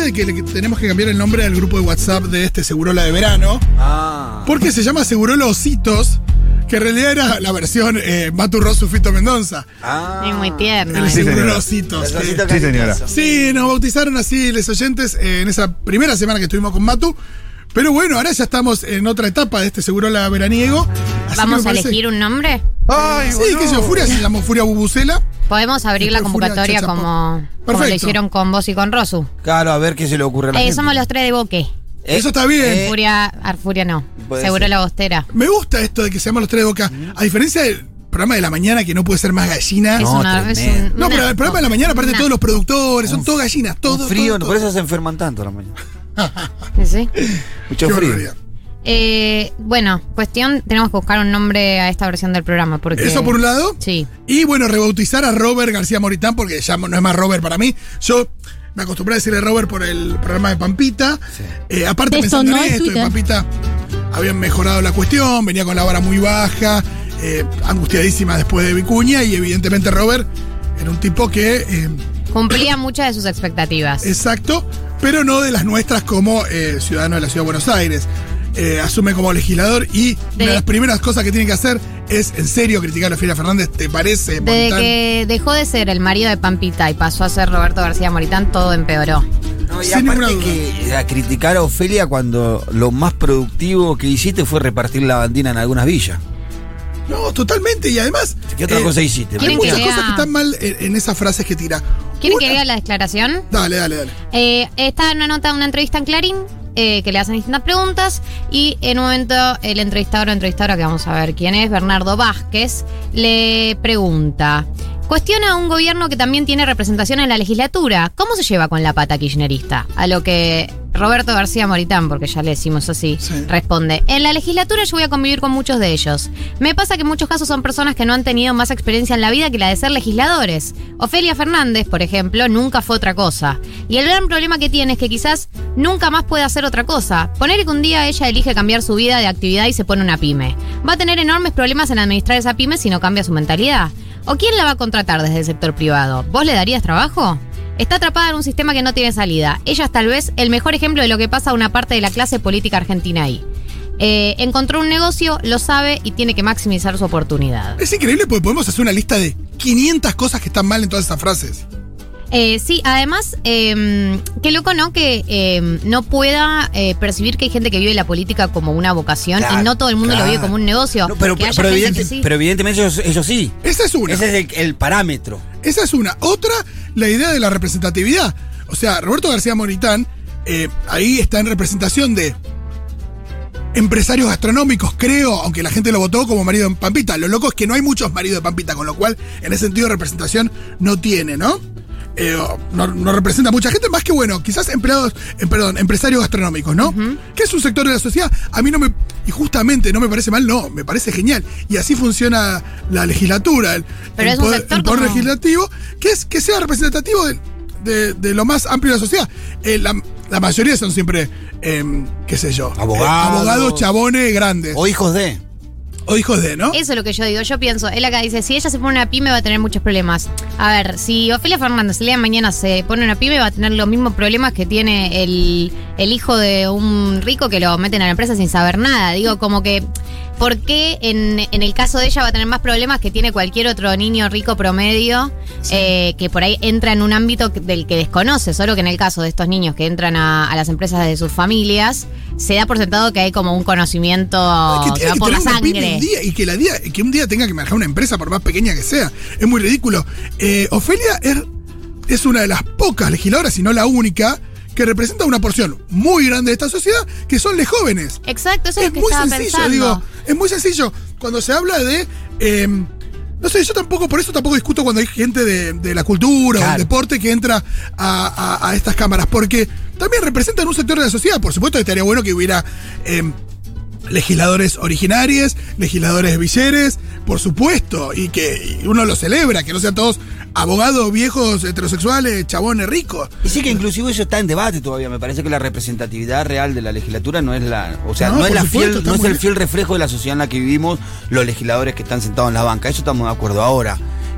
de que tenemos que cambiar el nombre al grupo de WhatsApp de este Segurola de verano. Porque se llama Segurola Ositos, que en realidad era la versión Matu Rosu Fito Mendoza. Es muy tierno. El Segurola Ositos. Sí, señora. Sí, nos bautizaron así los oyentes en esa primera semana que estuvimos con Matu. Pero bueno, ahora ya estamos en otra etapa de este Segurola veraniego. ¿Vamos a elegir un nombre? Ay, sí, que yo, Furia se llamó Furia Bubucela. Podemos abrir la convocatoria como lo hicieron con vos y con Rosu. Claro, a ver qué se le ocurre a la gente. Somos los tres de Boque. Eso está bien. Furia no. Segurola Bostera. Me gusta esto de que se llaman los tres de Boca. A diferencia del programa de la mañana, que no puede ser más gallina. No, pero el programa de la mañana, aparte todos los productores, son todos gallinas, todos. Frío, todo. Por eso se enferman tanto a la mañana. Sí. Mucho frío. Bueno, tenemos que buscar un nombre a esta versión del programa. Porque, eso por un lado. Sí. Y bueno, rebautizar a Robert García Moritán, porque ya no es más Robert para mí. Yo me acostumbré a decirle Robert por el programa de Pampita. Sí. Aparte, pensando en esto, de Pampita habían mejorado la cuestión, venía con la vara muy baja, angustiadísima después de Vicuña, y evidentemente Robert era un tipo que cumplía muchas de sus expectativas. Exacto, pero no de las nuestras como ciudadano de la Ciudad de Buenos Aires. Asume como legislador y una de las primeras cosas que tiene que hacer es en serio criticar a Ofelia Fernández, ¿te parece? Desde que dejó de ser el marido de Pampita y pasó a ser Roberto García Moritán, todo empeoró. No, y aparte que a criticar a Ofelia cuando lo más productivo que hiciste fue repartir la bandina en algunas villas. No, totalmente, y además ¿qué otra cosa hiciste? Hay muchas cosas que están mal en esas frases que tira. ¿Quieren que lea la declaración? Dale. Está en una nota de una entrevista en Clarín, que le hacen distintas preguntas, y en un momento el entrevistadora, que vamos a ver quién es, Bernardo Vázquez, le pregunta: cuestiona a un gobierno que también tiene representación en la legislatura, ¿cómo se lleva con la pata kirchnerista? A lo que Roberto García Moritán, porque ya le decimos así, responde: en la legislatura yo voy a convivir con muchos de ellos. Me pasa que en muchos casos son personas que no han tenido más experiencia en la vida que la de ser legisladores. Ofelia Fernández, por ejemplo, nunca fue otra cosa. Y el gran problema que tiene es que quizás nunca más puede hacer otra cosa. Ponele que un día ella elige cambiar su vida de actividad y se pone una pyme. Va a tener enormes problemas en administrar esa pyme si no cambia su mentalidad. ¿O quién la va a contratar desde el sector privado? ¿Vos le darías trabajo? Está atrapada en un sistema que no tiene salida. Ella es tal vez el mejor ejemplo de lo que pasa a una parte de la clase política argentina ahí. Encontró un negocio, lo sabe y tiene que maximizar su oportunidad. Es increíble porque podemos hacer una lista de 500 cosas que están mal en todas esas frases. Sí, además, qué loco, ¿no? Que no pueda percibir que hay gente que vive la política como una vocación, y no todo el mundo lo vive como un negocio. No, pero evidentemente ellos sí. Esa es una. Ese es el parámetro. Esa es una. Otra, la idea de la representatividad. O sea, Roberto García Moritán ahí está en representación de empresarios gastronómicos, creo, aunque la gente lo votó como marido de Pampita. Lo loco es que no hay muchos maridos de Pampita, con lo cual, en ese sentido, representación no tiene, ¿no? No representa a mucha gente, más que bueno, quizás empresarios gastronómicos, ¿no? Que es un sector de la sociedad. A mí y justamente no me parece mal, no, me parece genial. Y así funciona la legislatura, el poder legislativo, que sea representativo de lo más amplio de la sociedad. La mayoría son siempre, qué sé yo, abogados, chabones grandes. O hijos de, ¿no? Eso es lo que yo digo. Yo pienso, él acá dice, si ella se pone una pyme va a tener muchos problemas. A ver, si Ofelia Fernández el día de mañana se pone una pyme, va a tener los mismos problemas que tiene el hijo de un rico que lo meten a la empresa sin saber nada. Digo, como que, ¿por qué en el caso de ella va a tener más problemas que tiene cualquier otro niño rico promedio, que por ahí entra en un ámbito del que desconoce? Solo que en el caso de estos niños que entran a las empresas de sus familias, se da por sentado que hay como un conocimiento que va por la sangre. Y que un día tenga que manejar una empresa, por más pequeña que sea. Es muy ridículo. Ofelia es una de las pocas legisladoras, si no la única, que representa una porción muy grande de esta sociedad, que son los jóvenes. Exacto, eso es lo que estaba pensando. Es muy sencillo. Cuando se habla de... no sé, yo por eso tampoco discuto cuando hay gente de la cultura o del deporte que entra a estas cámaras, porque también representan un sector de la sociedad. Por supuesto que estaría bueno que hubiera legisladores originarios, legisladores villeres, por supuesto, y que uno lo celebra, que no sean todos abogados viejos, heterosexuales, chabones ricos. Y sí que inclusive eso está en debate todavía. Me parece que la representatividad real de la legislatura no es el fiel reflejo de la sociedad en la que vivimos los legisladores que están sentados en la banca. Eso estamos de acuerdo ahora.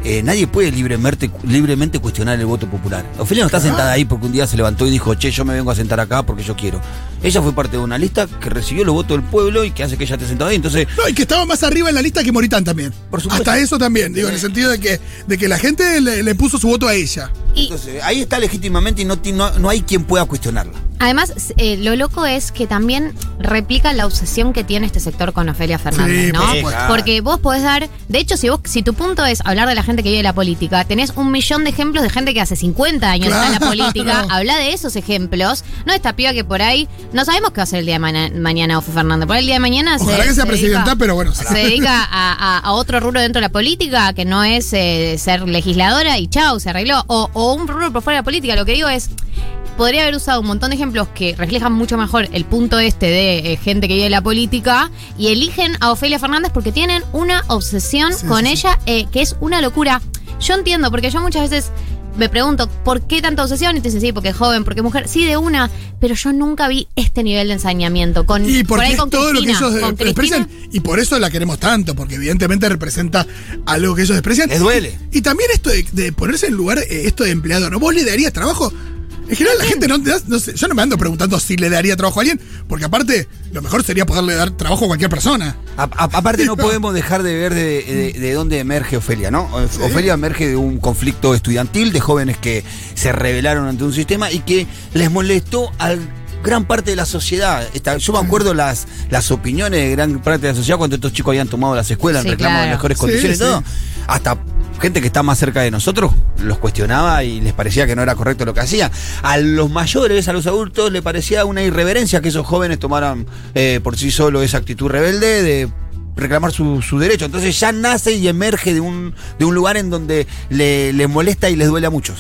nadie puede libremente cuestionar el voto popular. Ofelia no está sentada ahí porque un día se levantó y dijo, che, yo me vengo a sentar acá porque yo quiero. Ella fue parte de una lista que recibió los votos del pueblo y que hace que ella esté sentada ahí. Entonces, No, y que estaba más arriba en la lista que Moritán también. Por supuesto. Hasta eso también, digo, en el sentido de que la gente le puso su voto a ella. Y entonces, ahí está legítimamente y no hay quien pueda cuestionarla. además, lo loco es que también replica la obsesión que tiene este sector con Ofelia Fernández, Sí, ¿no? por supuesto. Porque vos podés dar, de hecho, si tu punto es hablar de la gente que vive la política, tenés 1.000.000 de ejemplos de gente que hace 50 años está en la Claro. política, habla de esos ejemplos, no esta piba que por ahí, no sabemos qué va a hacer el día de mañana Ofe Fernández, por ahí el día de mañana Ojalá que sea presidenta, dedica, pero bueno. se dedica a otro rubro dentro de la política, que no es ser legisladora y chau, se arregló, o un rubro por fuera de la política. Lo que digo es, podría haber usado un montón de ejemplos que reflejan mucho mejor el punto de gente que vive la política y eligen a Ofelia Fernández porque tienen una obsesión Sí, con sí, ella que es una locura. Yo entiendo, porque yo muchas veces me pregunto, ¿por qué tanta obsesión? Y te dicen, sí, porque es joven, porque es mujer. Sí, de una, pero yo nunca vi este nivel de ensañamiento. Y por porque ahí es con todo lo que Cristina, ellos con expresan, Cristina. y por eso la queremos tanto, porque evidentemente representa algo que ellos expresan. Les duele. Y también esto de ponerse en lugar, esto de empleado, ¿no? ¿Vos le darías trabajo? En general la gente no sé, yo no me ando preguntando si le daría trabajo a alguien, porque aparte lo mejor sería poderle dar trabajo a cualquier persona. Aparte no podemos dejar de ver de dónde emerge Ofelia, ¿no? Ofelia emerge de un conflicto estudiantil, de jóvenes que se rebelaron ante un sistema y que les molestó a gran parte de la sociedad. Yo me acuerdo las opiniones de gran parte de la sociedad cuando estos chicos habían tomado las escuelas Sí, en reclamo de claro. mejores Sí, condiciones sí. y todo. Hasta gente que está más cerca de nosotros los cuestionaba y les parecía que no era correcto lo que hacían. A los mayores, a los adultos, le parecía una irreverencia que esos jóvenes tomaran por sí solos esa actitud rebelde de reclamar su derecho. Entonces ya nace y emerge de un lugar en donde le molesta y les duele a muchos.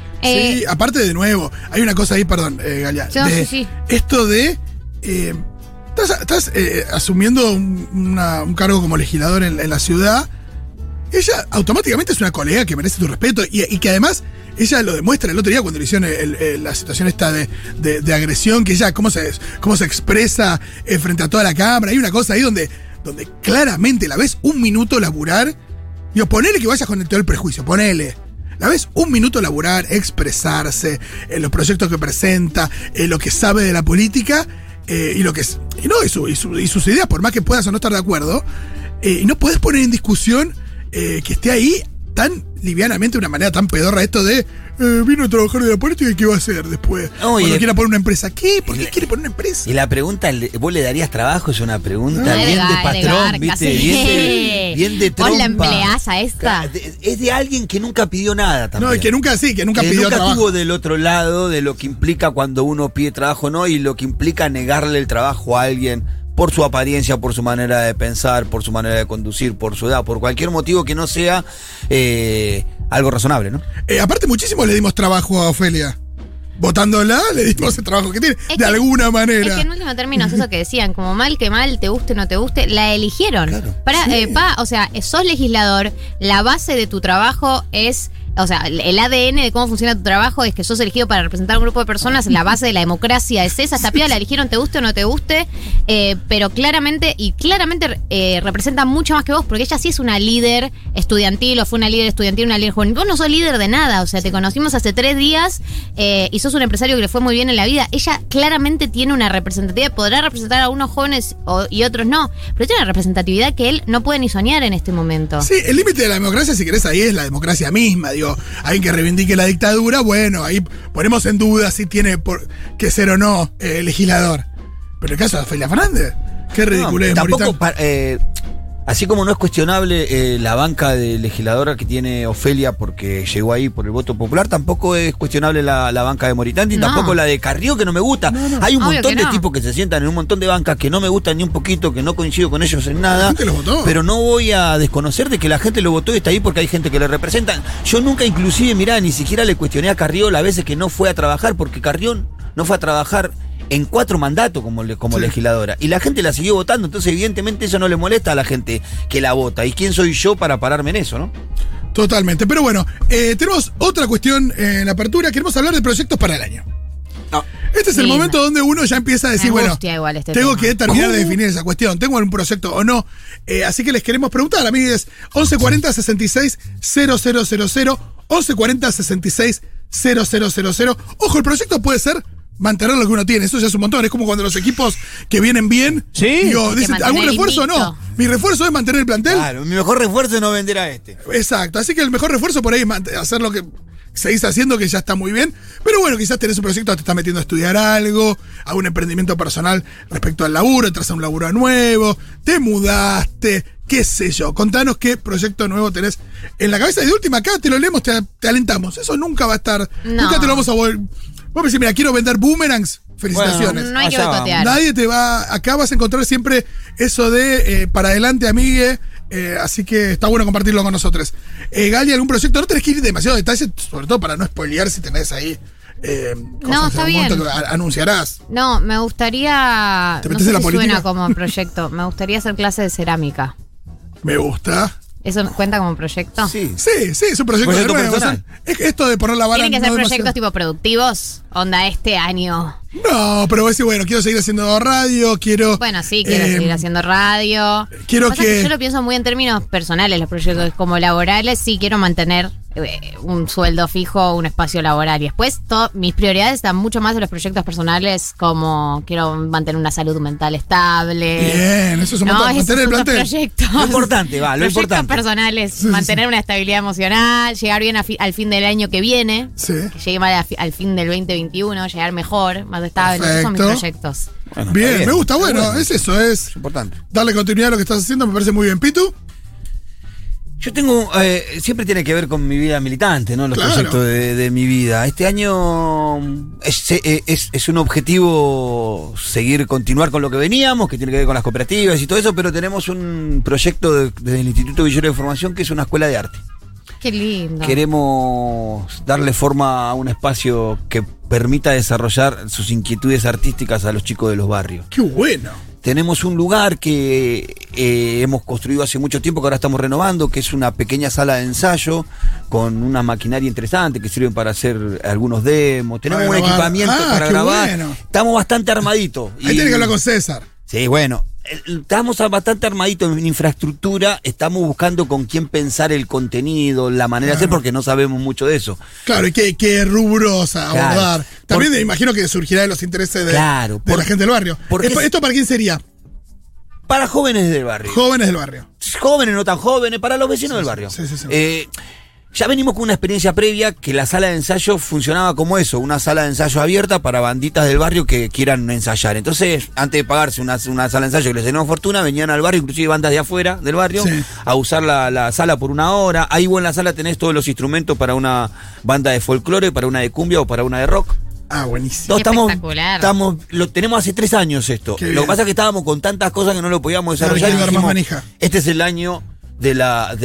Sí, aparte de nuevo, hay una cosa ahí, perdón, Galia. No, de sí. Esto de. Estás asumiendo un cargo como legislador en la ciudad. Ella automáticamente es una colega que merece tu respeto y que además ella lo demuestra el otro día cuando le hicieron la situación esta de agresión, que ella cómo se expresa frente a toda la cámara. Hay una cosa ahí donde claramente la ves un minuto laburar. Digo, ponele que vayas con todo el prejuicio, ponele. La ves un minuto laburar, expresarse, los proyectos que presenta, lo que sabe de la política y lo que es. Y sus ideas, por más que puedas o no estar de acuerdo, y no puedes poner en discusión que esté ahí tan livianamente, de una manera tan pedorra, esto de vino a trabajar de la política y qué va a hacer después. No, Cuando y quiera poner una empresa. ¿Qué? ¿Por qué quiere poner una empresa? Y la pregunta, ¿vos le darías trabajo? Es una pregunta Es bien de garca, patrón, ¿viste? sí. Bien de trompa. ¿Vos la empleás a esta? Es de alguien que nunca pidió nada también. No, y que nunca pidió nunca trabajo. estuvo del otro lado de lo que implica cuando uno pide trabajo, ¿no? Y lo que implica negarle el trabajo a alguien por su apariencia, por su manera de pensar, por su manera de conducir, por su edad, por cualquier motivo que no sea algo razonable, ¿no? Aparte, muchísimo le dimos trabajo a Ofelia. Votándola, le dimos el trabajo que tiene, Es de que- alguna manera. Es que en último término es eso que decían, como mal que mal, te guste o no te guste, la eligieron. Claro. O sea, sos legislador, la base de tu trabajo es, o sea, el ADN de cómo funciona tu trabajo es que sos elegido para representar a un grupo de personas, la base de la democracia es esa, esta piba la eligieron, te guste o no te guste, pero claramente representa mucho más que vos, porque ella sí es una líder estudiantil, o fue una líder estudiantil, una líder juvenil. Vos no sos líder de nada, o sea, te conocimos hace 3 días y sos un empresario que le fue muy bien en la vida. Ella claramente tiene una representatividad, podrá representar a unos jóvenes y otros no, pero tiene una representatividad que él no puede ni soñar en este momento. Sí, el límite de la democracia, si querés, ahí es la democracia misma. Digo, alguien que reivindique la dictadura, bueno, ahí ponemos en duda si tiene que ser o no legislador. Pero el caso de Ofelia Fernández, qué ridiculez, Tampoco, Moritán. así como no es cuestionable la banca de legisladora que tiene Ofelia porque llegó ahí por el voto popular, tampoco es cuestionable la banca de Moritán, ni No. tampoco la de Carrió, que no me gusta. Hay un Obvio montón que de no. tipos que se sientan en un montón de bancas que no me gustan ni un poquito, que no coincido con ellos en nada. La gente los votó. Pero no voy a desconocer de que la gente lo votó y está ahí porque hay gente que le representa. Yo nunca, inclusive, mirá, ni siquiera le cuestioné a Carrió las veces que no fue a trabajar, porque Carrió no fue a trabajar en 4 mandatos como Sí. legisladora. Y la gente la siguió votando, entonces evidentemente eso no le molesta a la gente que la vota. ¿Y quién soy yo para pararme en eso, no? Totalmente. Pero bueno, tenemos otra cuestión en la apertura. Queremos hablar de proyectos para el año. No. Este es el Lindo. momento donde uno ya empieza a decir, Me bueno, angustia igual este tengo tema. que terminar de definir esa cuestión. ¿Tengo algún proyecto o no? Así que les queremos preguntar. A mí es 1140 66 000, 1140 66 000. Ojo, el proyecto puede ser mantener lo que uno tiene. Eso ya es un montón. Es como cuando los equipos que vienen bien, Sí. digo, dicen, mantener ¿algún refuerzo o invicto. no? Mi refuerzo es mantener el plantel. Claro, mi mejor refuerzo es no vender a este. Exacto, así que el mejor refuerzo por ahí es hacer lo que seguís haciendo, que ya está muy bien. Pero bueno, quizás tenés un proyecto, te estás metiendo a estudiar algo, a un emprendimiento personal respecto al laburo, entras a un laburo nuevo, te mudaste, qué sé yo. Contanos qué proyecto nuevo tenés en la cabeza. Y de última, acá te lo leemos, te alentamos. Eso nunca va a estar, No. nunca te lo vamos a volver. Vos me decís, mira, quiero vender boomerangs. Felicitaciones. No hay que Allá vamos. boicotear. Nadie te va. Acá vas a encontrar siempre eso de para adelante, amigue. Así que está bueno compartirlo con nosotros. Gali, ¿algún proyecto? No tenés que ir demasiado detalles, sobre todo para no spoilear si tenés ahí. No, está bien. Que anunciarás. No, me gustaría. ¿Te No metés sé en la si política? suena como proyecto. Me gustaría hacer clase de cerámica. Me gusta. ¿Eso cuenta como proyecto? Sí. Sí, es un proyecto, Proyecto de nuevo. personal. Es esto de poner la vara. ¿Tienen que ser no proyectos demasiado. tipo productivos? Onda, este año. No, pero vos decís, bueno, quiero seguir haciendo radio, quiero. Bueno, sí, quiero seguir haciendo radio. quiero Pasa que- Yo lo pienso muy en términos personales, los proyectos como laborales. Sí, quiero mantener un sueldo fijo, un espacio laboral. Y después, mis prioridades están mucho más en los proyectos personales, como quiero mantener una salud mental estable. Bien, eso es un montón. esos Mantener el son los plantel. proyectos. Lo importante, va, lo Proyectos importante. personales, Sí, sí, mantener una estabilidad emocional, llegar bien al fin del año que viene, Sí. que llegue mal al fin del 2021, llegar mejor, más estable. Esos son mis Perfecto. proyectos. Bueno, Bien, está me gusta, está bueno, es eso, es Es importante. darle continuidad a lo que estás haciendo, me parece muy bien. ¿Pitu? Yo tengo, siempre tiene que ver con mi vida militante, ¿no? Los Claro. proyectos de mi vida. Este año es un objetivo continuar con lo que veníamos, que tiene que ver con las cooperativas y todo eso, pero tenemos un proyecto desde el Instituto Villero de Formación que es una escuela de arte. Qué lindo. Queremos darle forma a un espacio que permita desarrollar sus inquietudes artísticas a los chicos de los barrios. Qué bueno. Tenemos un lugar que hemos construido hace mucho tiempo, que ahora estamos renovando, que es una pequeña sala de ensayo con una maquinaria interesante que sirve para hacer algunos demos. Tenemos Para un grabar. equipamiento Ah, para qué grabar. bueno. Estamos bastante armaditos. Ahí tenés que hablar con César. Sí, bueno. Estamos bastante armaditos en infraestructura. Estamos buscando con quién pensar el contenido, la manera de hacer, porque no sabemos mucho de eso. Claro, y qué rubros a Claro. abordar. También me imagino que surgirá de los intereses de, Claro, de la gente del barrio. porque ¿Esto para quién sería? Para jóvenes del barrio. Jóvenes del barrio. Jóvenes, no tan jóvenes, para los vecinos del barrio. sí, sí, sí. Ya venimos con una experiencia previa que la sala de ensayo funcionaba como eso, una sala de ensayo abierta para banditas del barrio que quieran ensayar. Entonces, antes de pagarse una sala de ensayo que les denó fortuna, venían al barrio, inclusive bandas de afuera del barrio, Sí. a usar la sala por una hora. Ahí vos en la sala tenés todos los instrumentos para una banda de folclore, para una de cumbia o para una de rock. Ah, buenísimo. No, Qué espectacular. lo tenemos hace 3 años esto. Qué Lo que bien. pasa es que estábamos con tantas cosas que no lo podíamos desarrollar. hay que y dar más dijimos, manija. este es el año de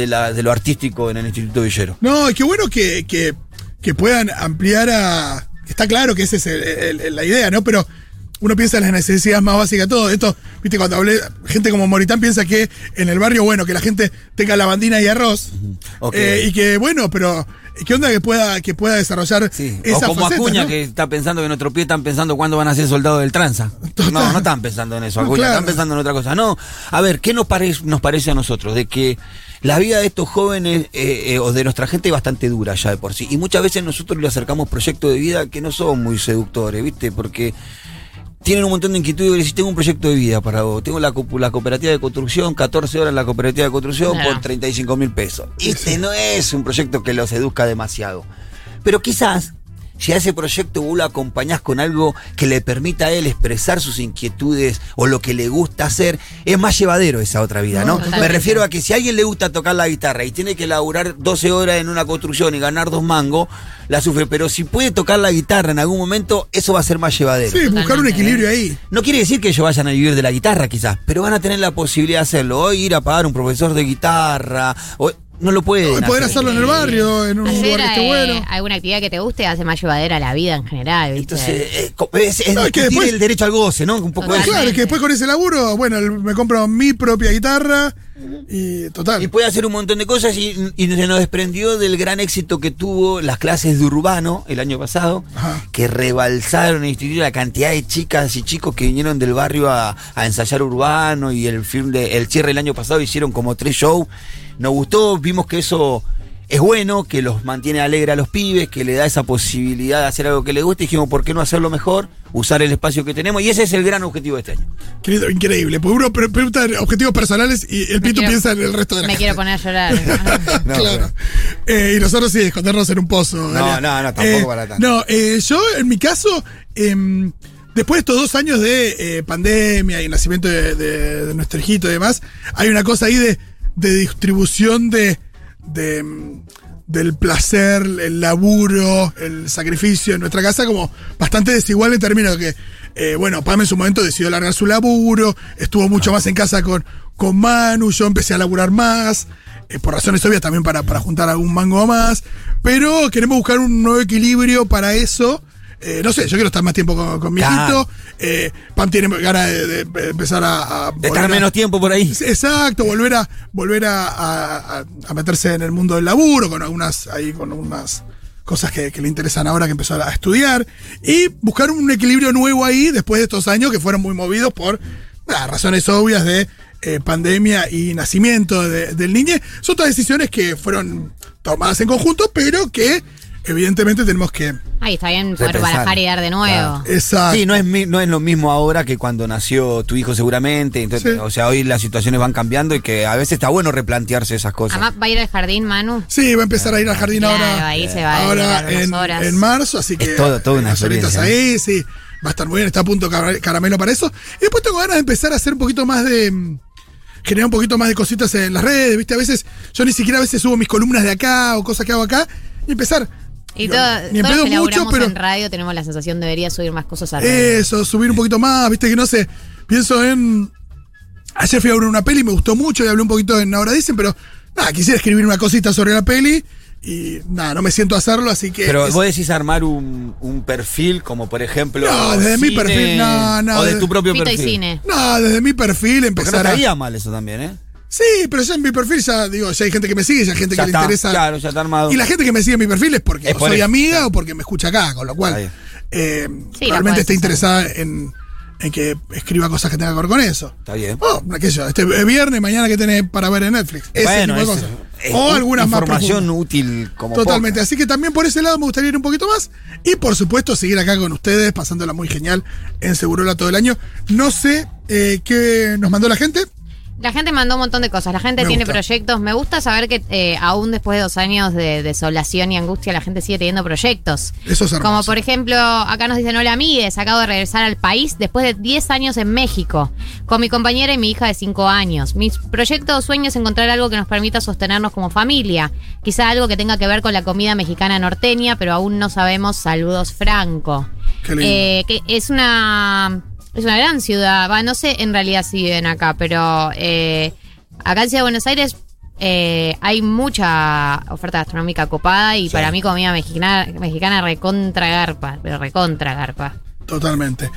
lo artístico en el Instituto Villero. No, y qué bueno que puedan ampliar a. Está claro que esa es la idea, ¿no? Pero uno piensa en las necesidades más básicas de todo. Esto, viste, cuando hablé, gente como Moritán piensa que en el barrio, bueno, que la gente tenga lavandina y arroz. Ok. Y que, bueno, pero ¿qué onda que pueda desarrollar Sí. esa O como faceta, Acuña, ¿no? que está pensando que en nuestro pie están pensando cuándo van a ser soldados del tranza. Total. No están pensando en eso, No, Acuña, claro. están pensando en otra cosa. No, a ver, ¿qué nos parece a nosotros? De que la vida de estos jóvenes o de nuestra gente es bastante dura ya de por sí. Y muchas veces nosotros le acercamos proyectos de vida que no son muy seductores, ¿viste? Porque tienen un montón de inquietudes y decís, tengo un proyecto de vida para vos. Tengo la cooperativa de construcción, 14 horas en la cooperativa de construcción Claro. por 35.000 pesos. No es un proyecto que los seduzca demasiado. Pero quizás, si a ese proyecto vos lo acompañás con algo que le permita a él expresar sus inquietudes o lo que le gusta hacer, es más llevadero esa otra vida, ¿no? Totalmente. Me refiero a que si a alguien le gusta tocar la guitarra y tiene que laburar 12 horas en una construcción y ganar 2 mangos, la sufre. Pero si puede tocar la guitarra en algún momento, eso va a ser más llevadero. Sí, buscar un Totalmente. equilibrio ahí. No quiere decir que ellos vayan a vivir de la guitarra, quizás, pero van a tener la posibilidad de hacerlo. O ir a pagar un profesor de guitarra, o no lo pueden Poder hacer. hacerlo en el barrio, en un Hacer lugar que esté bueno. alguna actividad que te guste hace más llevadera la vida en general, ¿viste? Entonces, es No, es que discutir después- el derecho al goce, ¿no? Un poco Totalmente. eso. Claro, es que después con ese laburo, bueno, me compro mi propia guitarra y total. Y puede hacer un montón de cosas y se nos desprendió del gran éxito que tuvo las clases de urbano el año pasado, Ajá. que rebalsaron el instituto la cantidad de chicas y chicos que vinieron del barrio a ensayar urbano y el cierre el año pasado hicieron como 3 shows. Nos gustó, vimos que eso es bueno, que los mantiene alegre a los pibes, que le da esa posibilidad de hacer algo que les guste. Y dijimos, ¿por qué no hacerlo mejor? Usar el espacio que tenemos. Y ese es el gran objetivo de este año. Querido, increíble. Porque uno pregunta objetivos personales y el Pitu piensa en el resto de la Me gente. quiero poner a llorar. No, Claro. Y nosotros sí, escondernos en un pozo. No, tampoco para tanto. No, yo en mi caso, después de estos 2 años de pandemia y nacimiento de nuestro hijito y demás, hay una cosa ahí de distribución del placer, el laburo, el sacrificio en nuestra casa como bastante desigual en términos de que, bueno, Pam en su momento decidió largar su laburo, estuvo mucho más en casa con Manu, yo empecé a laburar más, por razones obvias también para juntar algún mango más, pero queremos buscar un nuevo equilibrio para eso. No sé, yo quiero estar más tiempo con mi Claro. hijito. Pam tiene ganas de empezar a De estar volver a- menos tiempo por ahí. Exacto, volver a meterse en el mundo del laburo con algunas cosas que le interesan ahora que empezó a estudiar y buscar un equilibrio nuevo ahí después de estos años que fueron muy movidos por razones obvias de pandemia y nacimiento del niño. Son todas decisiones que fueron tomadas en conjunto, pero que evidentemente tenemos que... Ahí está bien poder Repensar. barajar y dar de nuevo. Exacto. Sí, no es lo mismo ahora que cuando nació tu hijo seguramente. Entonces, Sí. O sea, hoy las situaciones van cambiando y que a veces está bueno replantearse esas cosas. Además, va a ir al jardín, Manu. Sí, va a empezar a ir al jardín Claro, ahora. ahí se va a ahora dedicar unas horas. en marzo, así que Es toda una unas horitas experiencia, ahí, sí. Va a estar muy bien, está a punto caramelo para eso. Y después tengo ganas de empezar a hacer un poquito más de... generar un poquito más de cositas en las redes, ¿viste? A veces, yo ni siquiera a veces subo mis columnas de acá o cosas que hago acá. Y empezar... Y digo, todos ni en los pedo que mucho, laburamos pero... en radio tenemos la sensación de debería subir más cosas a redes. Eso, subir un poquito más, viste que no sé. Pienso en... Ayer fui a ver una peli, me gustó mucho y hablé un poquito en Ahora Dicen, pero nada, quisiera escribir una cosita sobre la peli y nada, no me siento a hacerlo, así que... Pero es- vos decís armar un perfil como por ejemplo... No, desde mi perfil, no, O de de- tu propio Fito y perfil. cine. No, desde mi perfil Porque no empezar a... estaría mal eso también, ¿eh? Sí, pero ya en mi perfil ya digo, ya hay gente que me sigue, ya hay gente Ya que está, le interesa. claro, ya está armado. Y la gente que me sigue en mi perfil es porque Es o por soy eso, amiga claro. o porque me escucha acá, con lo Está cual bien. Sí, la realmente podés está hacer. interesada en que escriba cosas que tengan que ver con eso. Está bien. Oh, qué sé yo, este viernes, mañana que tenés para ver en Netflix. Ese Bueno, tipo de es- cosas. es O algunas más información profundas. útil como Totalmente, poca. así que también por ese lado me gustaría ir un poquito más. Y por supuesto seguir acá con ustedes, pasándola muy genial en Segurola todo el año. No sé qué nos mandó la gente. La gente mandó un montón de cosas. La gente Me tiene gusta. proyectos. Me gusta saber que aún después de 2 años de desolación y angustia, la gente sigue teniendo proyectos. Eso es hermoso. Como por ejemplo, acá nos dicen: hola amigues, acabo de regresar al país después de 10 años en México, con mi compañera y mi hija de 5 años. Mi proyecto o sueño es encontrar algo que nos permita sostenernos como familia. Quizá algo que tenga que ver con la comida mexicana norteña, pero aún no sabemos. Saludos, Franco. Qué lindo. Que es una gran ciudad. Va, no sé en realidad si viven acá, pero acá en Ciudad de Buenos Aires hay mucha oferta gastronómica copada y Sí. para mí comida mexicana recontra garpa, pero recontra garpa. Totalmente.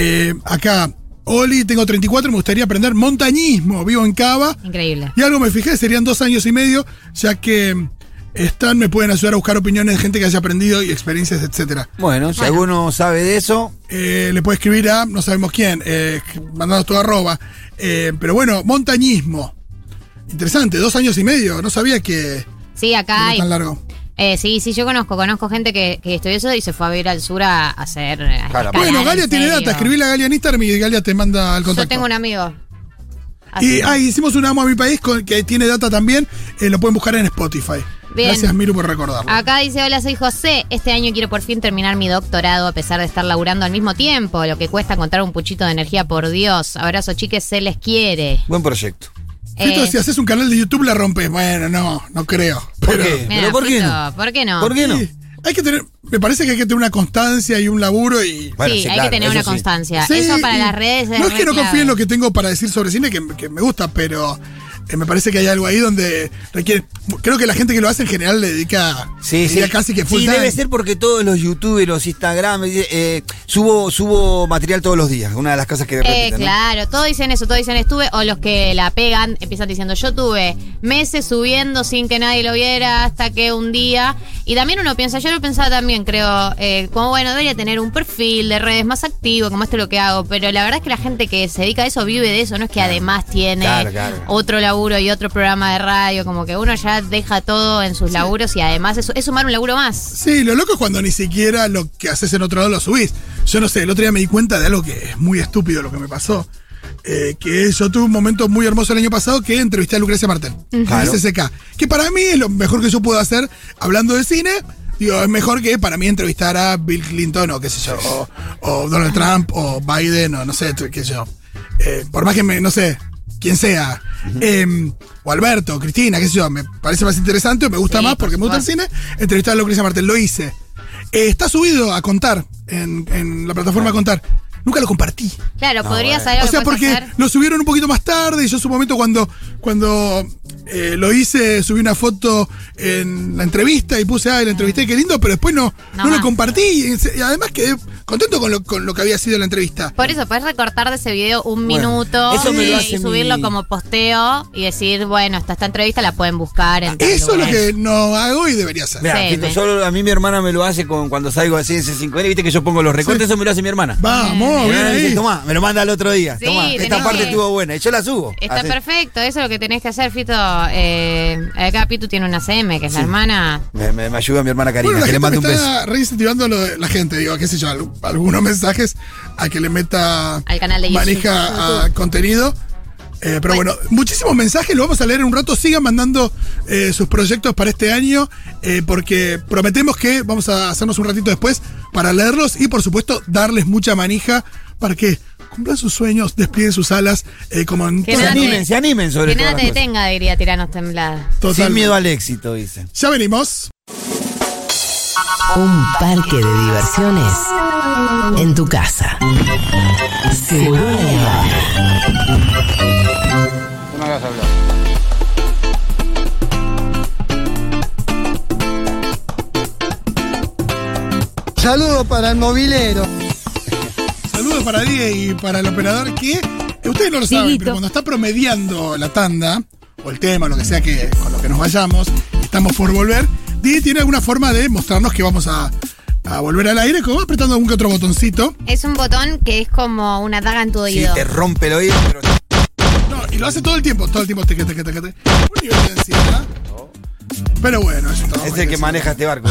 Acá, Oli, tengo 34 y me gustaría aprender montañismo. Vivo en Cava. Increíble. Y algo me fijé, serían 2 años y medio, ya que me pueden ayudar a buscar opiniones de gente que haya aprendido y experiencias, etcétera. Bueno, si alguno sabe de eso, Le puede escribir a no sabemos quién, mandanos tu arroba. Pero bueno, montañismo. Interesante, 2 años y medio. No sabía que Sí, acá era hay. tan largo. Sí, yo conozco gente que estudió eso y se fue a vivir al sur a hacer. A Claro. escalar, Bueno, en Galia tiene serio. data. Escribile a Galia en Instagram y Galia te manda el contacto. Yo tengo un amigo. Y Así. hicimos un Amo a mi país que tiene data también. Lo pueden buscar en Spotify. Bien. Gracias, Miru, por recordarlo. Acá dice: hola, soy José. Este año quiero por fin terminar mi doctorado a pesar de estar laburando al mismo tiempo. Lo que cuesta encontrar un puchito de energía, por Dios. Abrazo, chiques, se les quiere. buen proyecto. Fito, si haces un canal de YouTube la rompes. Bueno, no creo. ¿Por Pero- qué? Mira, ¿Pero por qué Fito, no? ¿por qué no? ¿Por qué no? Sí, hay que tener, me parece que hay que tener una constancia y un laburo y... Bueno, sí, sí, hay claro, que tener eso una sí. constancia. Sí, Eso para y las redes no es que no re confíe en clave. lo que tengo para decir sobre cine, que me gusta, pero Me parece que hay algo ahí donde requiere. Creo que la gente que lo hace en general le dedica casi que full Sí, time. debe ser porque todos los youtubers, los Instagram, subo material todos los días. Una de las cosas que repiten, ¿no? Claro, todos dicen eso, todos dicen estuve, o los que la pegan empiezan diciendo yo tuve meses subiendo sin que nadie lo viera hasta que un día. Y también uno piensa, yo lo pensaba también, creo, como bueno, debería tener un perfil de redes más activo, como esto es lo que hago, pero la verdad es que la gente que se dedica a eso vive de eso, no es que además tiene otro laburo y otro programa de radio, como que uno ya deja todo en sus laburos y además es sumar un laburo más. Sí, lo loco es cuando ni siquiera lo que haces en otro lado lo subís. Yo no sé, el otro día me di cuenta de algo que es muy estúpido lo que me pasó. Que yo tuve un momento muy hermoso el año pasado que entrevisté a Lucrecia Martel, en SSK. Que para mí es lo mejor que yo puedo hacer hablando de cine. Digo, es mejor que para mí entrevistar a Bill Clinton o qué sé yo, o Donald Trump o Biden o no sé, qué sé yo. Por más que no sé, quien sea. O Alberto, o Cristina, qué sé yo, me parece más interesante o me gusta más porque me gusta el cine. Entrevistar a Lucrecia Martel, lo hice. Está subido a Contar, en la plataforma Contar. Nunca lo compartí. Claro, podrías saber. O sea, porque lo subieron un poquito más tarde y yo en su momento cuando lo hice, subí una foto en la entrevista y puse, la entrevisté, qué lindo, pero después no lo compartí y además quedé contento con lo que había sido la entrevista. Por eso, podés recortar de ese video un minuto eso me lo hace y subirlo como posteo y decir, bueno, esta entrevista la pueden buscar en tal Eso lugar. es lo que no hago y debería hacer. Mirá, a mí mi hermana me lo hace cuando salgo así en C5N, viste que yo pongo los recortes, eso me lo hace mi hermana. Vamos, bien ahí. Tomá, me lo manda el otro día. Sí, Tomá, esta parte estuvo buena y yo la subo. Está así. perfecto, eso es lo que tenés que hacer, Fito. Acá Pitu tiene una CM, que es la hermana. Me ayuda mi hermana Karina, Bueno, que le mando un beso. está reincentivando la gente, digo, qué sé yo, algunos mensajes a que le meta Al canal de YouTube. manija a contenido. Pero bueno, muchísimos mensajes, lo vamos a leer en un rato. Sigan mandando sus proyectos para este año, porque prometemos que vamos a hacernos un ratito después para leerlos y por supuesto darles mucha manija para que cumplan sus sueños, desplieguen sus alas, como en Que todas nada las Se animen sobre Que todo. nada te detenga, diría Tiranos Temblada. Totalmente. Sin miedo al éxito, dice. Ya venimos. Un parque de diversiones en tu casa. Seguro La No me hagas hablar. Saludos para el movilero. Saludos para Die y para el operador que ustedes no lo saben, Dieguito. pero cuando está promediando la tanda o el tema, lo que sea que con lo que nos vayamos, estamos por volver, Die tiene alguna forma de mostrarnos que vamos a volver al aire, como apretando algún que otro botoncito. Es un botón que es como una daga en tu Sí, oído. te rompe el oído, pero No, y lo hace todo el tiempo, teque. Un nivel de densidad. Pero bueno, eso está es el que maneja este barco.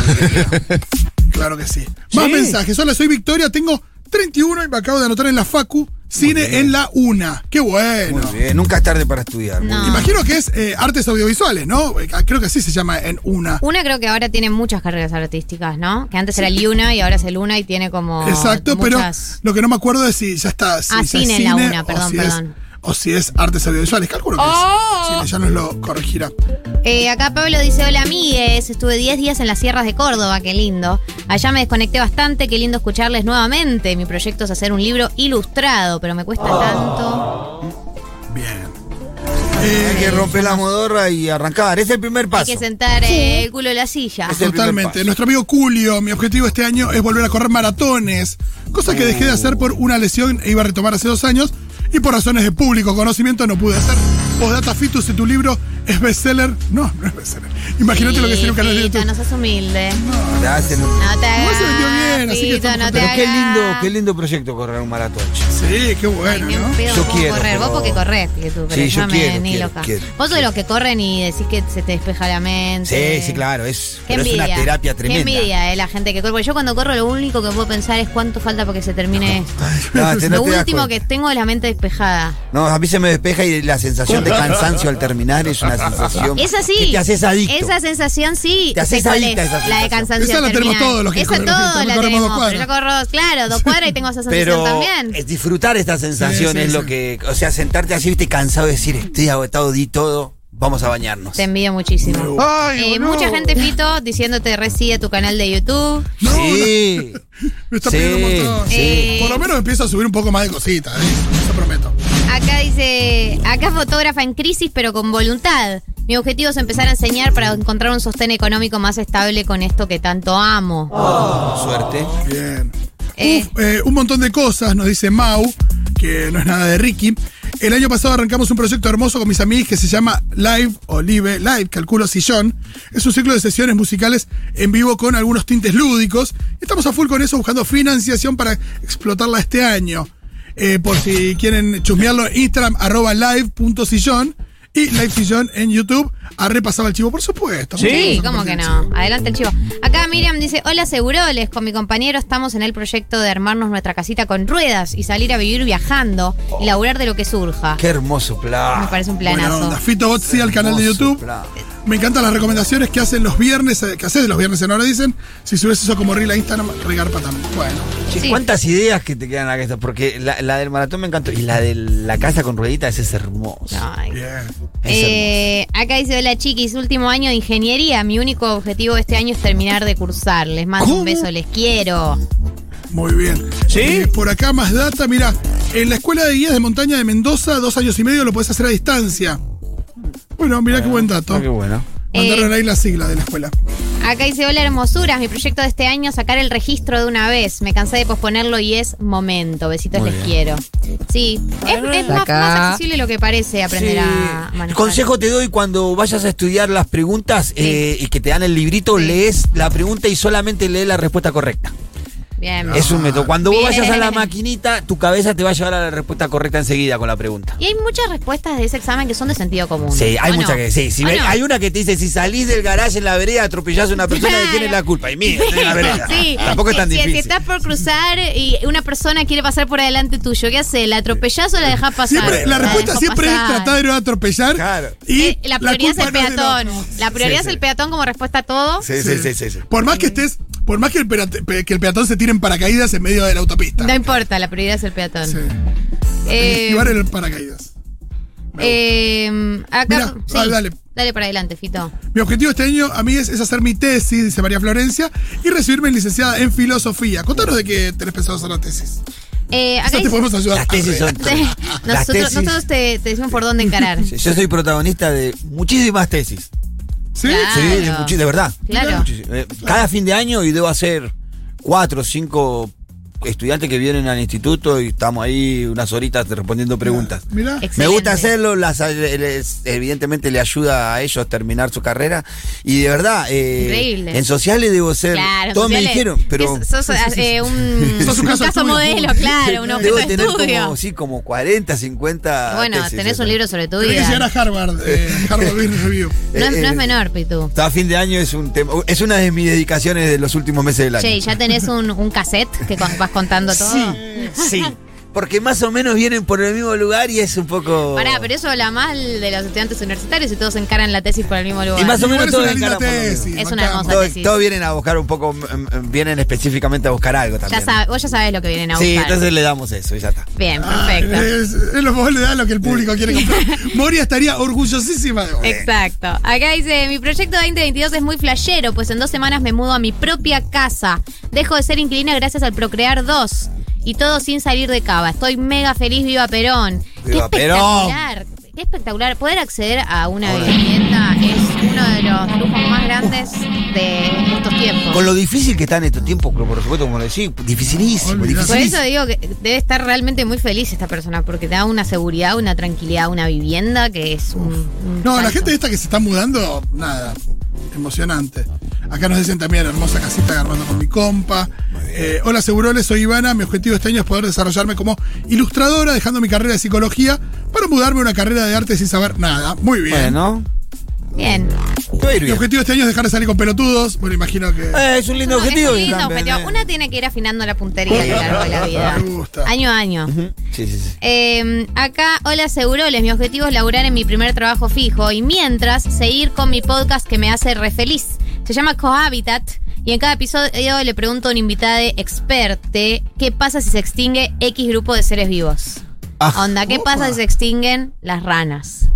Claro que sí. Más mensajes. Hola, soy Victoria, tengo 31 y me acabo de anotar en la Facu, cine en la UNA. Qué bueno. Muy bien, nunca es tarde para estudiar. Muy No. bien. Imagino que es artes audiovisuales, ¿no? Creo que así se llama en UNA. Una creo que ahora tiene muchas carreras artísticas, ¿no? Que antes era el UNA y ahora es el UNA y tiene como Exacto, muchas... pero lo que no me acuerdo es si ya está. Si ya es cine en la UNA, o perdón, si perdón. o si es artes audiovisuales. Calculo que es. Cine, ya nos lo corregirá. Acá Pablo dice, hola amigues, estuve 10 días en las sierras de Córdoba, qué lindo. Allá me desconecté bastante, qué lindo escucharles nuevamente. Mi proyecto es hacer un libro ilustrado, pero me cuesta tanto. Bien. Hay que romper la modorra y arrancar. Es el primer paso. Hay que sentar el culo en la silla. Es el primer Totalmente. paso. Nuestro amigo Julio, mi objetivo este año es volver a correr maratones, cosa que dejé de hacer por una lesión e iba a retomar hace 2 años y por razones de público conocimiento no pude hacer. Postdata Fitus, si tu libro es bestseller. No es bestseller. Imagínate lo que sería un canal de Fito, YouTube. no sos humilde. Te hacen un- No te hagas. Igual se vendió bien, así que Fito, estamos no te contentos. hagas. qué lindo proyecto correr un maratón. che. Sí, qué Ay, bueno, ni un ¿no? pedo Yo puedo quiero, correr. Vos pero- porque corres, Pitu, pero Sí, yo yo quiero, ni quiero, loca. quiero. Vos sos de los que corren y decís que se te despeja la mente. Sí, claro. Qué Pero es envidia. una terapia tremenda. Qué envidia, la gente que corre. Porque yo cuando corro lo único que puedo pensar es cuánto falta para que se termine esto. No, Lo no te das último cuenta. que tengo es la mente despejada. No, a mí se me despeja y la sensación de cansancio al terminar es una sensación. Esa sí. Que te haces adicto. Esa sensación sí. Te haces sé cuál adicta es, a esa la de sensación. cansancio. Esa la tenemos terminal. todos los que Esa corren, todos también la corremos 2 tenemos. cuadras. Pero yo corro, claro, 2 cuadras y tengo esa sensación Pero también. es disfrutar esta sensación Sí, sí, es lo sí. que. O sea, sentarte así, viste, cansado de decir, estoy agotado, di todo, vamos a bañarnos. Te envidio muchísimo. Ay, boludo. Mucha gente, Fito, diciéndote recibe tu canal de YouTube. No, Sí. me está Sí, pidiendo un montón. sí. Por lo menos empiezo a subir un poco más de cositas, eso prometo. Acá dice, acá fotógrafa en crisis pero con voluntad. Mi objetivo es empezar a enseñar para encontrar un sostén económico más estable con esto que tanto amo. Suerte. Bien. Un montón de cosas, nos dice Mau, que no es nada de Ricky. El año pasado arrancamos un proyecto hermoso con mis amigos que se llama Live, calculo Sillón. Es un ciclo de sesiones musicales en vivo con algunos tintes lúdicos. Estamos a full con eso, buscando financiación para explotarla este año. Por si quieren chusmearlo, Instagram, @live.sillón. Y Live Sillón en YouTube. Ha repasado el chivo, por supuesto. Sí, ¿cómo que no? Adelante el chivo. Acá Miriam dice, hola Seguroles, con mi compañero estamos en el proyecto de armarnos nuestra casita con ruedas y salir a vivir viajando y laburar de lo que surja. Qué hermoso plan. Me parece un planazo. Buena onda. Fito Botsi al canal de YouTube. Plan. Me encantan las recomendaciones que hacen los viernes, que haces los viernes en Ahora Dicen. Si subes eso como reel a Instagram, regarpa también. Bueno. Che, Sí. ¿cuántas ideas que te quedan acá? Porque la del maratón me encantó. Y la de la casa con rueditas es hermosa. Ay. Bien. Acá dice, hola chiquis, último año de ingeniería. Mi único objetivo este año es terminar de cursar. Les mando un beso, les quiero. Muy bien. ¿Sí? Por acá más data. Mira, en la Escuela de Guías de Montaña de Mendoza, 2 años y medio lo podés hacer a distancia. Bueno, mirá qué buen dato. Qué bueno. Mandaron ahí la sigla de la escuela. Acá dice, hola hermosuras, mi proyecto de este año es sacar el registro de una vez. Me cansé de posponerlo y es momento. Besitos, Muy les bien. quiero. Sí, es más accesible de lo que parece aprender a manejar. Consejo te doy cuando vayas a estudiar las preguntas y que te dan el librito, lees la pregunta y solamente lees la respuesta correcta. Bien. Es un método. Cuando vos Bien. vayas a la maquinita, tu cabeza te va a llevar a la respuesta correcta enseguida con la pregunta. Y hay muchas respuestas de ese examen que son de sentido común. Sí, hay ¿o muchas no? que sí. Si ¿O ve- no? Hay una que te dice, si salís del garaje en la vereda, atropellás a una persona, ¿de quién es la culpa? Y mía, estoy en la vereda. Sí. Tampoco es tan Si difícil. estás por cruzar y una persona quiere pasar por adelante tuyo, ¿qué haces? ¿La atropellás o la dejás pasar? Siempre, la respuesta dejó siempre es pasar. tratar de no atropellar. Claro. Y La prioridad es el culpa no es del peatón. otro. La prioridad Sí, es el sí. peatón como respuesta a todo. Sí. Por más que estés, por más que el peatón se tire en paracaídas en medio de la autopista. No importa, la prioridad es el peatón. Sí. Eh, Esquivar el paracaídas. Acá, Mirá, sí, dale. Dale para adelante, Fito. Mi objetivo este año, a mí, es hacer mi tesis, dice María Florencia, y recibirme en licenciada en filosofía. Contanos de qué tenés pensado hacer la tesis. Acá Quizás te dice- podemos ayudar. Las tesis son... Las tesis- nosotros te decimos por dónde encarar. Yo soy protagonista de muchísimas tesis. ¿Sí? Claro. Sí, de verdad. Claro. Cada fin de año y debo hacer 4 o 5 estudiantes que vienen al instituto y estamos ahí unas horitas respondiendo preguntas. Mirá. Excelente. Me gusta hacerlo, evidentemente le ayuda a ellos a terminar su carrera y de verdad, Increíble. en sociales debo ser, Claro, todos me sociales, dijeron, pero que sos un, Sos un un caso caso estudio, modelo, puro. claro, un objeto debo de tener estudio. como 40, 50 Bueno, tesis, tenés un libro sobre tu Tenés que llegar vida. a Harvard, Harvard Business Review. No es menor, Pitu. Cada fin de año es un tema, es una de mis dedicaciones de los últimos meses del año. Che, ¿ya tenés un cassette que vas contando todo? Sí, porque más o menos vienen por el mismo lugar y es un poco... Pará, pero eso habla mal de los estudiantes universitarios y todos encaran la tesis por el mismo lugar. Y más o menos Igual es todos una linda encaran por lo mismo. tesis. Es una bacán. hermosa tesis. Todos vienen a buscar un poco, vienen específicamente a buscar algo también. Vos ya sabés lo que vienen a buscar. Sí, entonces le damos eso y ya está. Bien, Ah, perfecto. es lo mejor le da lo que el público quiere comprar. Moria estaría orgullosísima de vos. Exacto. Acá dice, mi proyecto 2022 es muy flashero, pues en 2 semanas me mudo a mi propia casa. Dejo de ser inquilina gracias al Procrear 2. Y todo sin salir de Cava. Estoy mega feliz, viva Perón. ¡Viva Qué espectacular. Qué espectacular. Poder acceder a una vivienda es uno de los lujos más grandes de estos tiempos. Con lo difícil que está en estos tiempos, por supuesto, como decís, dificilísimo, Olvidate. Por dificilísimo. eso digo que debe estar realmente muy feliz esta persona, porque te da una seguridad, una tranquilidad, una vivienda que es un No, la salto. gente esta que se está mudando, nada, emocionante. Acá nos dicen también, hermosa casita armando con mi compa. Hola Seguroles, soy Ivana. Mi objetivo este año es poder desarrollarme como ilustradora, dejando mi carrera de psicología para mudarme a una carrera de arte sin saber nada. Muy bien. Bueno, Bien. te va a ir Mi bien. objetivo este año es dejar de salir con pelotudos. Bueno, imagino que... Es un lindo objetivo. Es un lindo también, objetivo. Una tiene que ir afinando la puntería a lo largo de la vida. Me gusta. Año a año. Ujú. Sí. Acá, hola Seguroles, mi objetivo es laburar en mi primer trabajo fijo y mientras seguir con mi podcast que me hace re feliz. Se llama Cohabitat y en cada episodio le pregunto a un invitado experte qué pasa si se extingue X grupo de seres vivos. Ah. Onda, ¿qué Opa. pasa si se extinguen las ranas?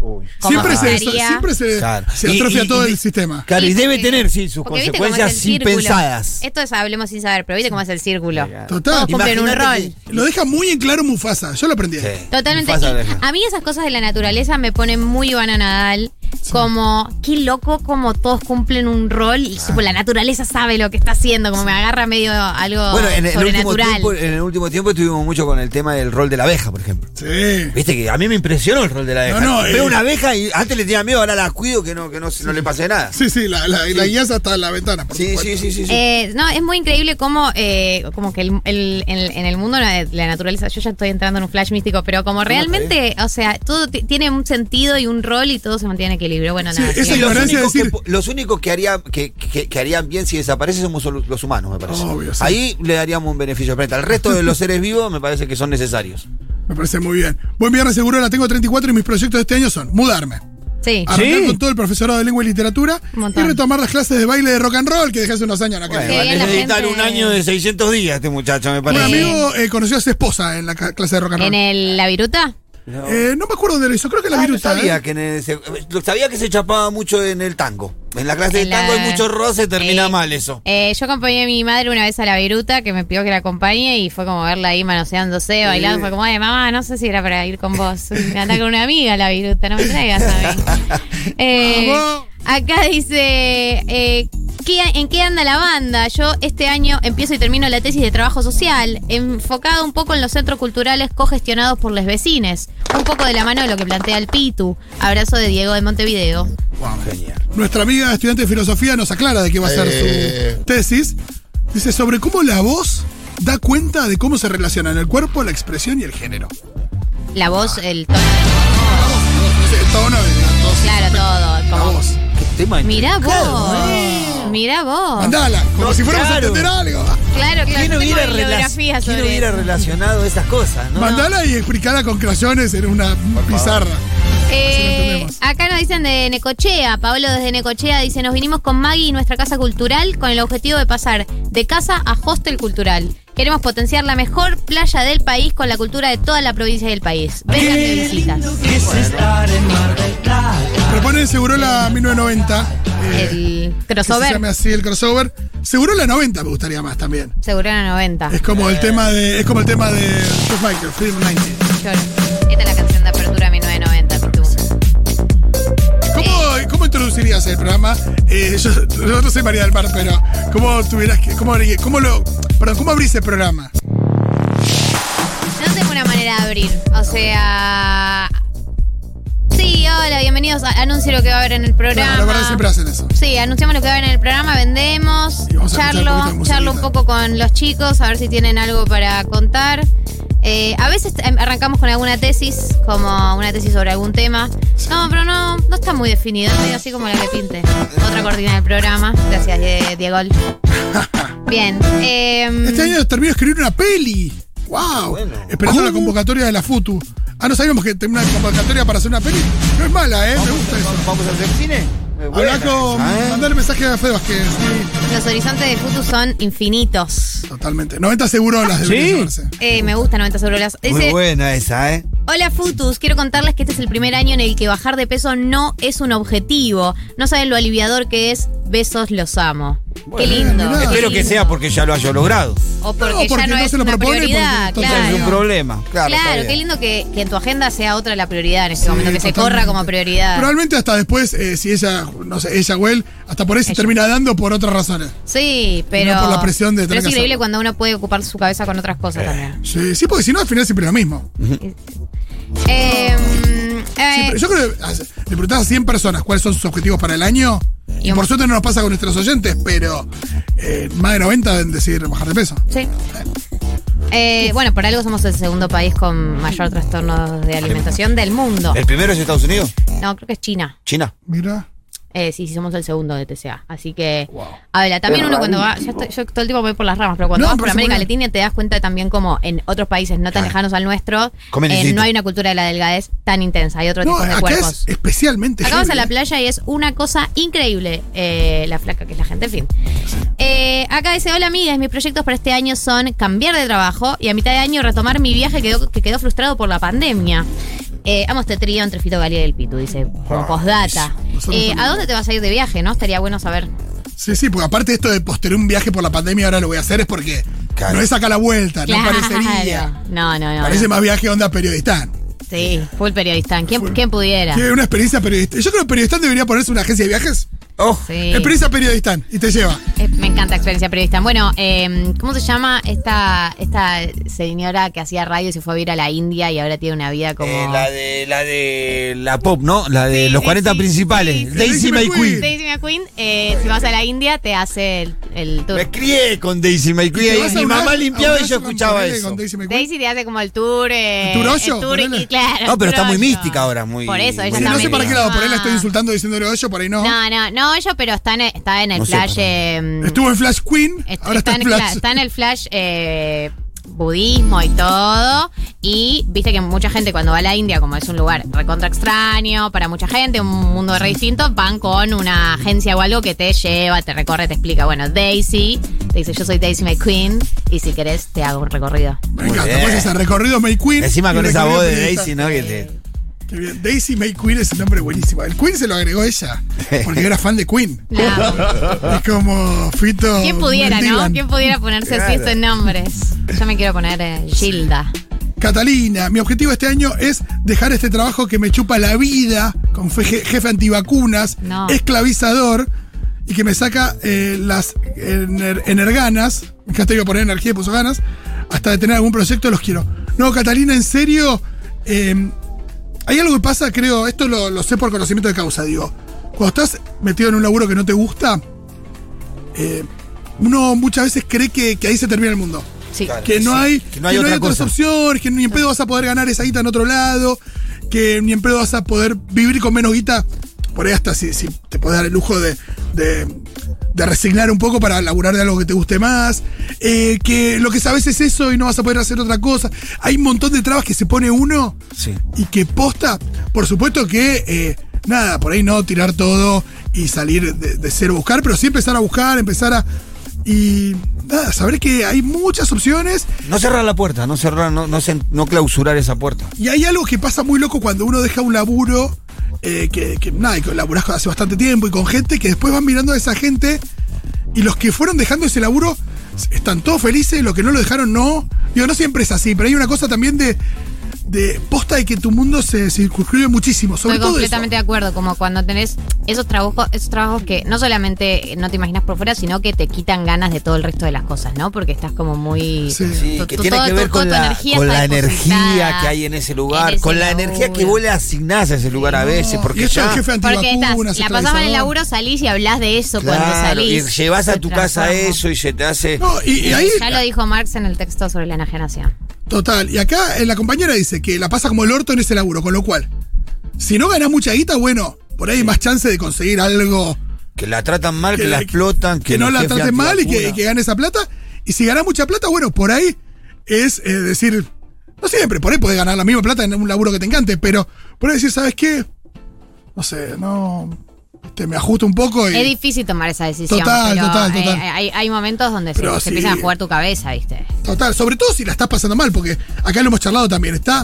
Uy. ¿Cómo Siempre se Claro. atrofia Y- todo y- el sistema. Claro, y debe porque- tener, sí, sus porque viste cómo es consecuencias el sin círculo. pensadas. Esto es hablemos sin saber, pero viste cómo es el círculo. Total. Todos cumplen un Imagínate rol. Lo deja muy en claro Mufasa. Yo lo aprendí ahí. Sí. Totalmente. Mufasa Y deja. a mí esas cosas de la naturaleza me ponen muy Ivana Nadal. Como, qué loco como todos cumplen un rol y tipo, la naturaleza sabe lo que está haciendo, como me agarra medio algo Bueno, en el sobrenatural. último tiempo estuvimos mucho con el tema del rol de la abeja, por ejemplo. Sí. Viste que a mí me impresionó el rol de la abeja. No, Veo una abeja y antes le tenía miedo, ahora la cuido que no le pase nada. Sí, la guías hasta la ventana. Por Sí, supuesto. No, es muy increíble cómo como que en el mundo de la naturaleza, yo ya estoy entrando en un flash místico, pero como realmente, o sea, todo tiene un sentido y un rol y todo se mantiene en equilibrio. Bueno, Sí, nada. esa sigamos. ignorancia de decir- Los únicos que harían bien si desaparece somos los humanos, me parece. Obvio, sí. Ahí le daríamos un beneficio al planeta. El resto de los seres vivos me parece que son necesarios. Me parece muy bien. Buen viernes, Segurola. Tengo 34 y mis proyectos de este año son mudarme, Sí. arrancar con todo el profesorado de lengua y literatura Un y montón. retomar las clases de baile de rock and roll que dejé hace unos años. En la Bueno, calle. Qué va a bien la necesitar gente. un año de 600 días este muchacho, me Un parece. amigo conoció a su esposa en la clase de rock and roll. ¿La viruta? No. No me acuerdo de lo hizo, creo que la No viruta. sabía sabía que se chapaba mucho en el tango. En la clase de tango hay mucho roce, termina mal eso. Yo acompañé a mi madre una vez a la viruta que me pidió que la acompañe y fue como verla ahí manoseándose, bailando. Fue como, mamá, no sé si era para ir con vos. Anda con una amiga la viruta, no me traigas a mí. Vamos. Acá dice, ¿en qué anda la banda? Yo este año empiezo y termino la tesis de trabajo social, enfocado un poco en los centros culturales cogestionados por los vecines. Un poco de la mano de lo que plantea el Pitu. Abrazo de Diego de Montevideo. Genial. Nuestra amiga estudiante de filosofía nos aclara de qué va a ser su tesis. Dice sobre cómo la voz da cuenta de cómo se relacionan el cuerpo, la expresión y el género. La voz, el tono. El tono, todo, Claro, todo. la Como, voz. Qué tema mirá intrincado, vos. Mirá vos. Mandala, como No, si fuéramos claro. a entender algo. Claro, ¿Quién tengo hubiera, bibliografía ¿quién sobre hubiera eso. relacionado esas cosas? ¿no? Mandala y explicala con crayones en una pizarra. entendemos. Acá nos dicen de Necochea. Pablo desde Necochea dice: nos vinimos con Maggie y nuestra casa cultural con el objetivo de pasar de casa a hostel cultural. Queremos potenciar la mejor playa del país con la cultura de toda la provincia del país. Vengan de visitas. Proponen Segurola 1990. El Que se crossover. llame así el crossover. Segurola 90 me gustaría más también. Seguro en la 90. Es como el tema de George Michael, Film 90. Lloro. Esta es la canción de apertura de 1990. Pitu. ¿Cómo introducirías el programa? Yo no soy María del Mar, pero ¿cómo tuvieras que. ¿Cómo abrís el programa? No tengo una manera de abrir. O sea. Sí, hola, bienvenidos. Anuncio lo que va a haber en el programa. Claro, la verdad siempre hacen eso. Sí, anunciamos lo que va a haber en el programa, vendemos, Y vamos a escuchar un poquito de musiquita. charlo un poco con los chicos, a ver si tienen algo para contar. A veces arrancamos con alguna tesis, como una tesis sobre algún tema. No, pero no está muy definido, es medio así como la que pinte. Otra cortina del programa. Gracias, Diego. Bien. Este año termino de escribir una peli. ¡Wow! Bueno. Esperando la convocatoria de la FUTU. No sabíamos que tenía una convocatoria para hacer una peli. No es mala, me gusta eso. ¿Vamos a hacer cine? Habla con. Mandale mensaje a Fede Vázquez. Sí, Los horizontes de Futu son infinitos. totalmente. 90 Segurolas debería llamarse. Me gusta 90 segurolas. Muy Dice, buena esa, ¿eh? hola Futus, quiero contarles que este es el primer año en el que bajar de peso no es un objetivo. No saben lo aliviador que es. Besos, los amo. Qué lindo. mirá. qué Espero que lindo. sea porque ya lo haya logrado. O porque, No, porque ya no, no es se lo una propone, prioridad, porque claro. Es un problema. Claro, está Claro, bien. qué lindo que en tu agenda sea otra la prioridad en este momento, que se totalmente. corra como prioridad. Probablemente hasta después, si ella, no sé, ella o él, hasta por ahí se Ella. termina dando por otras razones. Sí, pero. No por la presión de tener pero es que increíble hacerlo. cuando uno puede ocupar su cabeza con otras cosas también. Sí, porque si no, al final siempre lo mismo. Siempre- yo creo que le preguntás a 100 personas cuáles son sus objetivos para el año. Y Y un- por suerte no nos pasa con nuestros oyentes, pero más de 90 deben decir bajar de peso. Sí. Bueno, por algo somos el segundo país con mayor trastorno de alimentación del mundo. ¿El primero es Estados Unidos? No, creo que es China. China. Mira. Sí, somos el segundo de TCA. Así que, habla, también uno cuando va, yo todo el tiempo voy por las ramas, pero cuando No, vas por pero América muy bien. Latina te das cuenta también como en otros países no tan lejanos al nuestro, Comen distinto. no hay una cultura de la delgadez tan intensa, hay otro No, tipo de acá cuerpos. es especialmente Acá vas a heavy, la playa y es una cosa increíble la flaca que es la gente, en fin. Acá dice, hola amigas, mis proyectos para este año son cambiar de trabajo y a mitad de año retomar mi viaje que quedó frustrado por la pandemia. Amo este trío entre Fito Gali y el Pitu, dice, como postdata. ¿A dónde te vas a ir de viaje, no? Estaría bueno saber. Sí, porque aparte esto de postergar un viaje por la pandemia ahora lo voy a hacer es porque Claro. no es acá la vuelta, no parecería. No. Parece más viaje onda periodistán. Sí, full periodista. ¿Quién pudiera? Que una experiencia periodista. Yo creo que periodistán debería ponerse una agencia de viajes. Oh, Sí. Experiencia periodistán y te lleva. Me encanta experiencia periodista. Bueno, ¿cómo se llama esta señora que hacía radio y se fue a vivir a la India y ahora tiene una vida como... la de la pop, ¿no? La de Sí, los sí, 40 sí, principales. sí, sí. Daisy May Queen. Daisy McQueen, si vas a la India, te hace el tour. Me crié con Daisy May ¿Te Queen. vas a Mi un mamá Ashram, limpiaba a un y yo Ashram, escuchaba ponele, eso. con Daisy McQueen? Daisy te hace como el tour. ¿El tour hoyo? El tour Ponele. y claro. No, pero el está muy tour hoyo. mística ahora, muy. Por eso, ella Sí, está no sé para qué lado, por ahí la estoy Ah. insultando diciéndole hoyo, por ahí no. No, yo, pero está en el No sé, flash. Estuvo en Flash Queen, ahora está en Flash. Está en el flash budismo y todo. Y viste que mucha gente cuando va a la India, como es un lugar recontra extraño para mucha gente, un mundo re distinto, van con una agencia o algo que te lleva, te recorre, te explica. Bueno, Daisy te dice, yo soy Daisy McQueen y si querés te hago un recorrido. Me Muy encanta, bien. pues ese recorrido May Queen. Encima y con esa recorrido voz de periodista. Daisy, ¿no? Que te. Qué bien. Daisy May Queen es un nombre buenísimo. El Queen se lo agregó ella, porque era fan de Queen. No. Es como Fito. ¿Quién pudiera, Bob no? Dylan. ¿Quién pudiera ponerse así Claro. estos nombres? Yo me quiero poner Gilda. Catalina, mi objetivo este año es dejar este trabajo que me chupa la vida, con jefe antivacunas, No. esclavizador, y que me saca las energanas, me encanta iba a poner energía y puso ganas, hasta de tener algún proyecto los quiero. No, Catalina, en serio, hay algo que pasa, creo, esto lo sé por conocimiento de causa, digo, cuando estás metido en un laburo que no te gusta, uno muchas veces cree que ahí se termina el mundo. Sí. Claro. Que no Sí, hay, que no hay otra otras cosa. opciones, que ni en pedo vas a poder ganar esa guita en otro lado, que ni en pedo vas a poder vivir con menos guita. Por ahí hasta si te podés dar el lujo de resignar un poco para laburar de algo que te guste más. Que lo que sabes es eso y no vas a poder hacer otra cosa. Hay un montón de trabas que se pone uno Sí. y que posta. Por supuesto que, nada, por ahí no tirar todo y salir de cero a buscar, pero sí empezar a buscar, y nada, saber que hay muchas opciones. No cerrar la puerta, no clausurar esa puerta. Y hay algo que pasa muy loco cuando uno deja un laburo que laburás hace bastante tiempo y con gente que después van mirando a esa gente y los que fueron dejando ese laburo están todos felices y los que no lo dejaron no. Digo, no siempre es así, pero hay una cosa también de posta de que tu mundo se circunscribe muchísimo. Sobre Estoy todo completamente de acuerdo, como cuando tenés esos trabajos que no solamente no te imaginas por fuera, sino que te quitan ganas de todo el resto de las cosas, ¿no? Porque estás como muy... Sí. Sí, tu- que tu- tiene toda que tu- ver toda con tu la energía con está la energía depositada que hay en ese lugar, en ese con la laburo. energía que vos le asignás a ese lugar a veces, Y porque esto ya. del jefe Porque antivacunas, la pasás en el esclavizador. laburo, salís y hablás de eso cuando Claro, y salís. llevas a Se tu casa transforma. eso y se te hace. No, y ahí. Ya lo dijo Marx en el texto sobre la enajenación. Total. Y acá la compañera dice que la pasa como el orto en ese laburo, con lo cual, si no ganás mucha guita, bueno, por ahí hay más chance de conseguir algo Que la tratan mal, que la que- explotan, que no el la jefe traten mal y antivacuna. que gane esa plata. Y si ganás mucha plata, bueno, por ahí es decir, no siempre, por ahí podés ganar la misma plata en un laburo que te encante, pero por ahí decir, ¿sabes qué? No sé, me ajusto un poco y. Es difícil tomar esa decisión. Total, pero, total. hay momentos donde Pero se sí. empiezan a jugar tu cabeza, ¿viste? Total, sobre todo si la estás pasando mal, porque acá lo hemos charlado también, está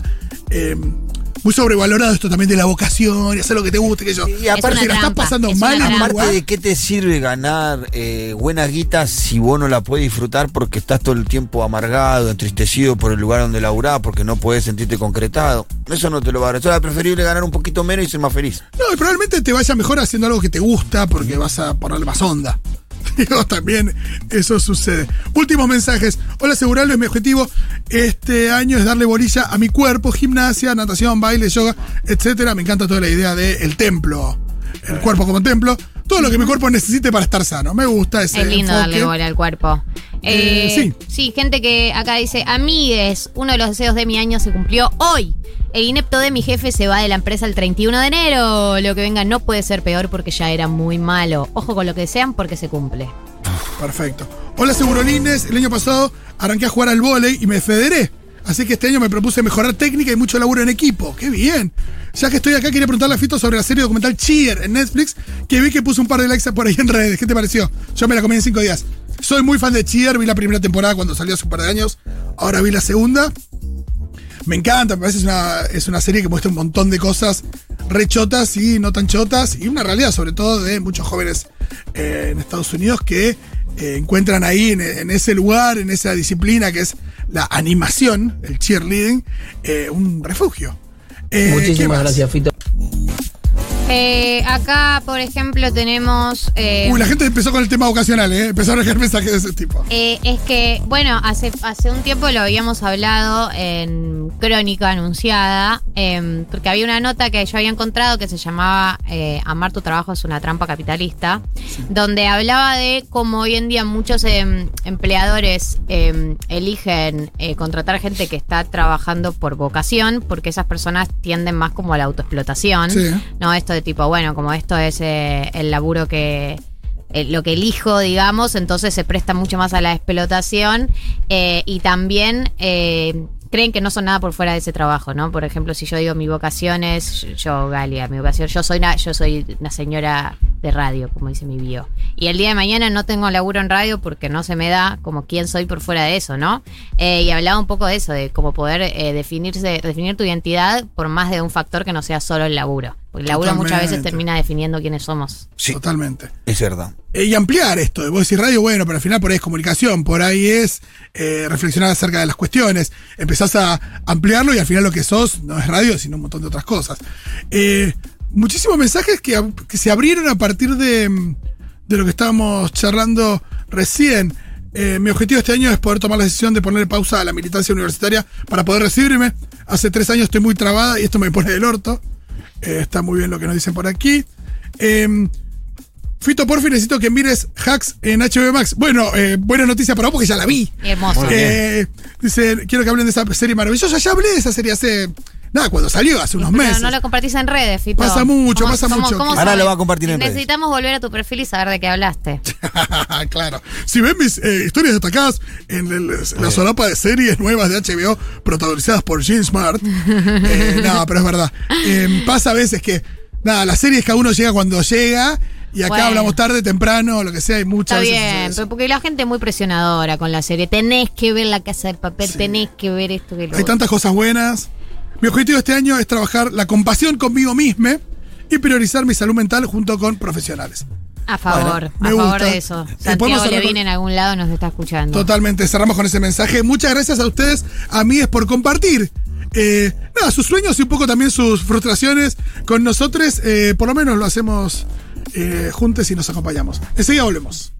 muy sobrevalorado esto también de la vocación y hacer lo que te guste, que yo. Y aparte, una si la estás trampa, pasando es mal una en un trampa. lugar, Aparte de qué te sirve ganar buenas guitas si vos no la podés disfrutar porque estás todo el tiempo amargado, entristecido por el lugar donde laburás, porque no podés sentirte concretado. Eso no te lo va a dar. Eso es preferible ganar un poquito menos y ser más feliz. no, y probablemente te vaya mejor haciendo algo que te gusta porque vas a ponerle más onda. Digo, también eso sucede. Últimos mensajes. Hola, Seguralo, mi objetivo este año es darle bolilla a mi cuerpo, gimnasia, natación, baile, yoga, etcétera. Me encanta toda la idea del templo, el cuerpo como templo, todo lo que mi cuerpo necesite para estar sano. Me gusta ese Es lindo enfoque. darle bola al cuerpo. Sí. Sí, gente que acá dice, amigues, uno de los deseos de mi año se cumplió hoy. El inepto de mi jefe se va de la empresa el 31 de enero. Lo que venga no puede ser peor porque ya era muy malo. Ojo con lo que desean porque se cumple. Perfecto. Hola, Segurolines. El año pasado arranqué a jugar al vóley y me federé. Así que este año me propuse mejorar técnica y mucho laburo en equipo. ¡Qué bien! Ya que estoy acá, quería preguntarle a Fito sobre la serie documental Cheer en Netflix, que vi que puso un par de likes por ahí en redes. ¿Qué te pareció? Yo me la comí en 5 días. Soy muy fan de Cheer, vi la primera temporada cuando salió hace un par de años. Ahora vi la segunda. Me encanta, me parece es una serie que muestra un montón de cosas re chotas y no tan chotas, y una realidad sobre todo de muchos jóvenes en Estados Unidos que encuentran ahí en ese lugar, en esa disciplina que es la animación, el cheerleading, un refugio. Muchísimas gracias, Fito. Acá, por ejemplo, tenemos... La gente empezó con el tema vocacional, empezaron a dejar mensajes de ese tipo. Es que, bueno, hace un tiempo lo habíamos hablado en Crónica Anunciada, porque había una nota que yo había encontrado que se llamaba Amar tu trabajo es una trampa capitalista, donde hablaba de cómo hoy en día muchos empleadores eligen contratar gente que está trabajando por vocación, porque esas personas tienden más como a la autoexplotación, Sí. ¿no? Esto de tipo, bueno, como esto es el laburo que... lo que elijo, digamos, entonces se presta mucho más a la explotación y también creen que no son nada por fuera de ese trabajo, ¿no? Por ejemplo, si yo digo mi vocación es, yo, Galia, mi vocación, yo soy una señora de radio, como dice mi bio. Y el día de mañana no tengo laburo en radio porque no se me da como quién soy por fuera de eso, ¿no? Y hablaba un poco de eso, de cómo poder definir tu identidad por más de un factor que no sea solo el laburo. Porque el laburo muchas veces termina definiendo quiénes somos. Sí, Totalmente. es verdad. Y ampliar esto, de vos decís radio, bueno, pero al final por ahí es comunicación, por ahí es reflexionar acerca de las cuestiones, empezás a ampliarlo y al final lo que sos no es radio, sino un montón de otras cosas. Muchísimos mensajes que se abrieron a partir de lo que estábamos charlando recién. Mi objetivo este año es poder tomar la decisión de poner pausa a la militancia universitaria para poder recibirme. Hace 3 años estoy muy trabada y esto me pone del orto. Está muy bien lo que nos dicen por aquí. Fito, porfi, necesito que mires Hacks en HBO Max. Bueno, buena noticia para vos porque ya la vi. Hermoso. Dice, quiero que hablen de esa serie maravillosa. Ya hablé de esa serie hace... Nada, cuando salió, hace unos Pero meses. no lo compartís en redes, Fito. Pasa mucho, ¿Cómo pasa mucho. cómo Ahora sabes? lo va a compartir en redes. Necesitamos volver a tu perfil y saber de qué hablaste. Claro. Si ven mis historias destacadas en la solapa de series nuevas de HBO protagonizadas por Gene Smart. No, pero es verdad. Pasa a veces que, nada, las series cada uno llega cuando llega. Y acá Bueno. hablamos tarde, temprano, lo que sea, hay muchas Está veces. bien, sucede eso. pero porque la gente es muy presionadora con la serie. Tenés que ver La Casa del Papel, Sí. tenés que ver esto que lo Hay otro. tantas cosas buenas. Mi objetivo este año es trabajar la compasión conmigo mismo y priorizar mi salud mental junto con profesionales. A favor, Bueno, me a favor gusta. de eso. Podemos Santiago cerrar Levin con- en algún lado nos está escuchando. Totalmente, cerramos con ese mensaje. Muchas gracias a ustedes, amigues, por compartir sus sueños y un poco también sus frustraciones con nosotros. Por lo menos lo hacemos juntos y nos acompañamos. Enseguida volvemos.